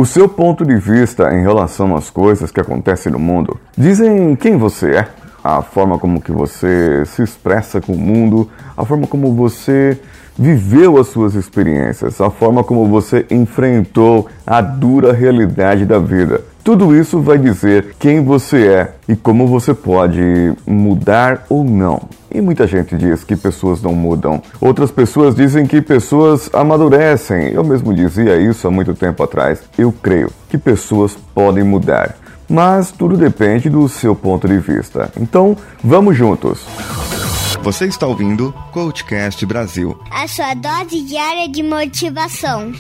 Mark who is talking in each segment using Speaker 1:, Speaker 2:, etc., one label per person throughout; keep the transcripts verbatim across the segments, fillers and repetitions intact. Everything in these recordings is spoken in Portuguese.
Speaker 1: o seu ponto de vista em relação às coisas que acontecem no mundo dizem quem você é, a forma como que você se expressa com o mundo, a forma como você viveu as suas experiências, a forma como você enfrentou a dura realidade da vida. Tudo isso vai dizer quem você é e como você pode mudar ou não. E muita gente diz que pessoas não mudam. Outras pessoas dizem que pessoas amadurecem. Eu mesmo dizia isso há muito tempo atrás. Eu creio que pessoas podem mudar. Mas tudo depende do seu ponto de vista. Então, vamos juntos.
Speaker 2: Você está ouvindo Coachcast Brasil.
Speaker 3: A sua dose diária de motivação.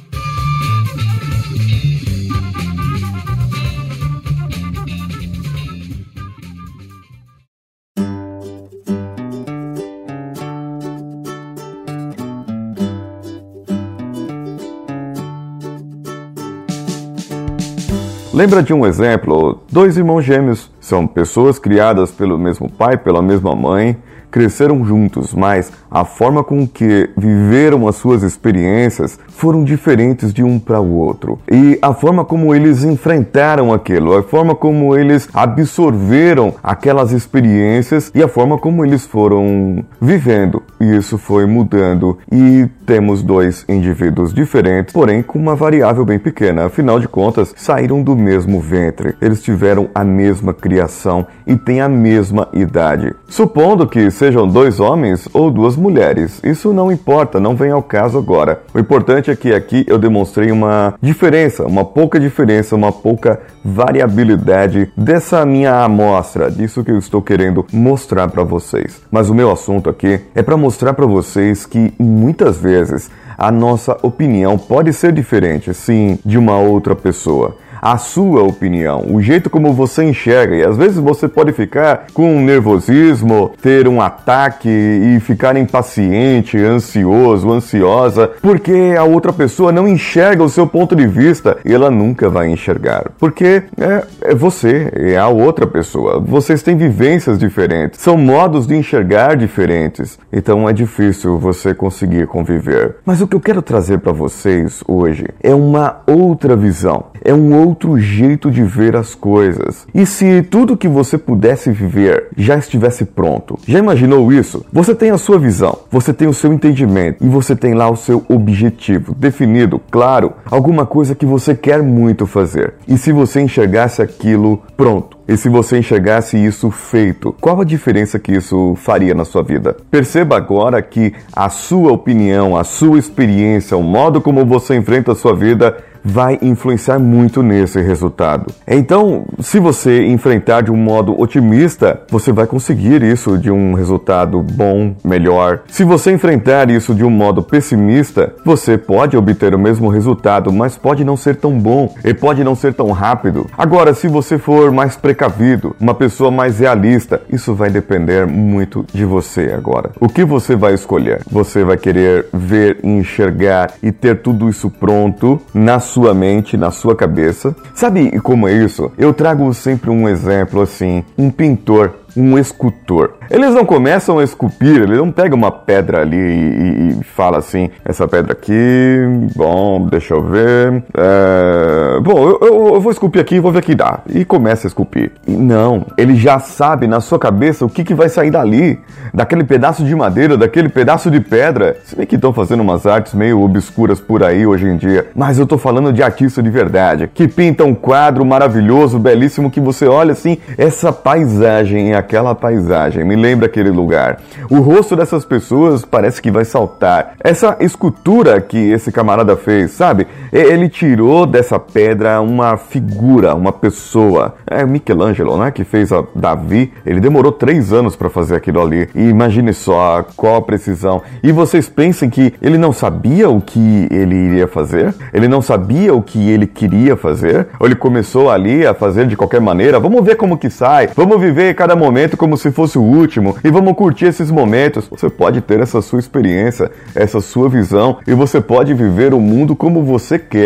Speaker 1: Lembra de um exemplo? Dois irmãos gêmeos são pessoas criadas pelo mesmo pai, pela mesma mãe, cresceram juntos, mas a forma com que viveram as suas experiências foram diferentes de um para o outro. E a forma como eles enfrentaram aquilo, a forma como eles absorveram aquelas experiências e a forma como eles foram vivendo. E isso foi mudando e temos dois indivíduos diferentes, porém com uma variável bem pequena. Afinal de contas, saíram do mesmo ventre. Eles tiveram a mesma criação e têm a mesma idade. Supondo que sejam dois homens ou duas mulheres, isso não importa, não vem ao caso agora. O importante é que aqui eu demonstrei uma diferença, uma pouca diferença, uma pouca variabilidade dessa minha amostra, disso que eu estou querendo mostrar para vocês. Mas o meu assunto aqui é para mostrar para vocês que muitas vezes a nossa opinião pode ser diferente, sim, de uma outra pessoa. A sua opinião, o jeito como você enxerga, e às vezes você pode ficar com um nervosismo, ter um ataque e ficar impaciente, ansioso, ansiosa, porque a outra pessoa não enxerga o seu ponto de vista e ela nunca vai enxergar, porque é, é você, é a outra pessoa, vocês têm vivências diferentes, são modos de enxergar diferentes, então é difícil você conseguir conviver. Mas o que eu quero trazer para vocês hoje é uma outra visão, é um outro outro jeito de ver as coisas. E se tudo que você pudesse viver já estivesse pronto? Já imaginou isso? Você tem a sua visão, você tem o seu entendimento e você tem lá o seu objetivo definido, claro, alguma coisa que você quer muito fazer. E se você enxergasse aquilo pronto? E se você enxergasse isso feito, qual a diferença que isso faria na sua vida? Perceba agora que a sua opinião, a sua experiência, o modo como você enfrenta a sua vida vai influenciar muito nesse resultado. Então, se você enfrentar de um modo otimista, você vai conseguir isso de um resultado bom, melhor. Se você enfrentar isso de um modo pessimista, você pode obter o mesmo resultado, mas pode não ser tão bom e pode não ser tão rápido. Agora, se você for mais precavido, uma pessoa mais realista, isso vai depender muito de você agora. O que você vai escolher? Você vai querer ver, enxergar e ter tudo isso pronto na sua mente, na sua cabeça. Sabe como é isso? Eu trago sempre um exemplo assim, um pintor, um escultor. Eles não começam a esculpir, eles não pegam uma pedra ali e, e fala assim, essa pedra aqui, bom, deixa eu ver, é... bom, eu, eu, eu vou esculpir aqui e vou ver o que dá. E começa a esculpir. E não, ele já sabe na sua cabeça o que, que vai sair dali, daquele pedaço de madeira, daquele pedaço de pedra. Se bem que estão fazendo umas artes meio obscuras por aí hoje em dia, mas eu tô falando de artista de verdade, que pinta um quadro maravilhoso, belíssimo, que você olha assim, essa paisagem é aquela paisagem, me lembra aquele lugar. O rosto dessas pessoas parece que vai saltar. Essa escultura que esse camarada fez, sabe? Ele tirou dessa pedra uma figura, uma pessoa. É Michelangelo, né? Que fez a Davi. Ele demorou três anos para fazer aquilo ali. E imagine só qual a precisão. E vocês pensem que ele não sabia o que ele iria fazer? Ele não sabia o que ele queria fazer? Ou ele começou ali a fazer de qualquer maneira? Vamos ver como que sai. Vamos viver cada momento como se fosse o último e vamos curtir esses momentos. Você pode ter essa sua experiência, essa sua visão e você pode viver o mundo como você quer.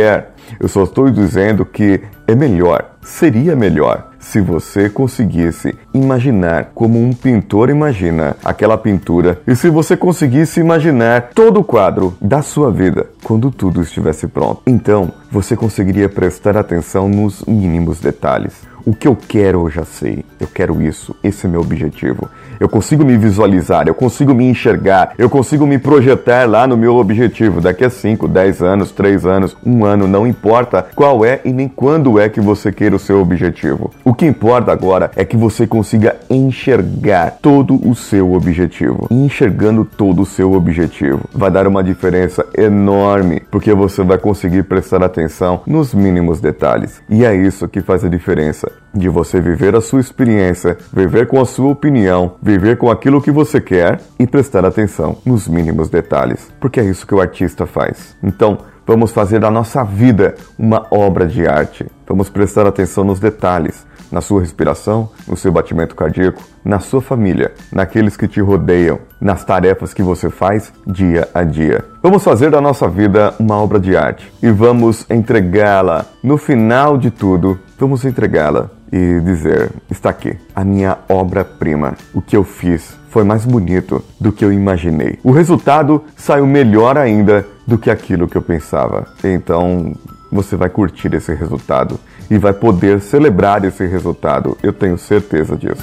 Speaker 1: Eu só estou dizendo que é melhor, seria melhor, se você conseguisse imaginar como um pintor imagina aquela pintura e se você conseguisse imaginar todo o quadro da sua vida quando tudo estivesse pronto. Então, você conseguiria prestar atenção nos mínimos detalhes. O que eu quero eu já sei, eu quero isso, esse é meu objetivo. Eu consigo me visualizar, eu consigo me enxergar, eu consigo me projetar lá no meu objetivo daqui a cinco, dez anos, três anos, um ano, não importa qual é e nem quando é que você queira o seu objetivo. O que importa agora é que você consiga enxergar todo o seu objetivo. E enxergando todo o seu objetivo vai dar uma diferença enorme, porque você vai conseguir prestar atenção nos mínimos detalhes. E é isso que faz a diferença de você viver a sua experiência, viver com a sua opinião, viver com aquilo que você quer e prestar atenção nos mínimos detalhes, porque é isso que o artista faz. Então, vamos fazer da nossa vida uma obra de arte. Vamos prestar atenção nos detalhes, na sua respiração, no seu batimento cardíaco, na sua família, naqueles que te rodeiam, nas tarefas que você faz dia a dia. Vamos fazer da nossa vida uma obra de arte e vamos entregá-la. No final de tudo, vamos entregá-la e dizer, está aqui, a minha obra-prima. O que eu fiz foi mais bonito do que eu imaginei. O resultado saiu melhor ainda do que aquilo que eu pensava. Então, você vai curtir esse resultado e vai poder celebrar esse resultado. Eu tenho certeza disso.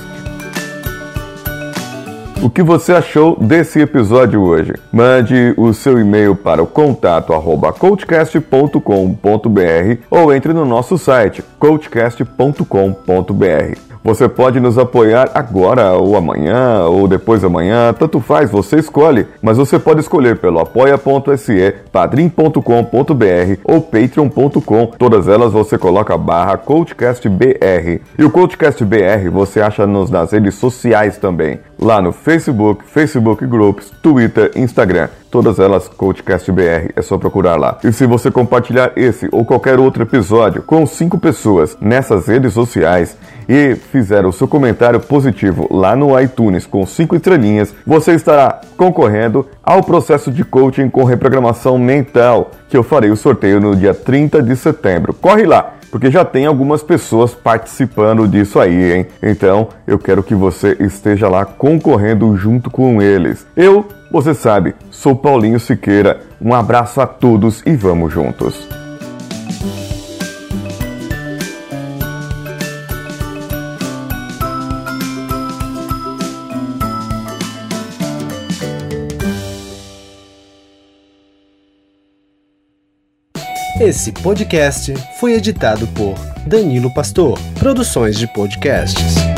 Speaker 1: O que você achou desse episódio hoje? Mande o seu e-mail para o contato arroba coachcast ponto com ponto br ou entre no nosso site coachcast ponto com ponto br. Você pode nos apoiar agora ou amanhã ou depois de amanhã, tanto faz, você escolhe. Mas você pode escolher pelo apoia ponto se, padrim ponto com ponto br ou patreon ponto com. Todas elas você coloca a barra CoachCastBR. E o CoachCastBR você acha nos nas redes sociais também. Lá no Facebook, Facebook Groups, Twitter, Instagram. Todas elas CoachCastBR, é só procurar lá. E se você compartilhar esse ou qualquer outro episódio com cinco pessoas nessas redes sociais e fizer o seu comentário positivo lá no iTunes com cinco estrelinhas, você estará concorrendo ao processo de coaching com reprogramação mental, que eu farei o sorteio no dia trinta de setembro. Corre lá! Porque já tem algumas pessoas participando disso aí, hein? Então, eu quero que você esteja lá concorrendo junto com eles. Eu, você sabe, sou Paulinho Siqueira. Um abraço a todos e vamos juntos.
Speaker 4: Esse podcast foi editado por Danilo Pastor, Produções de Podcasts.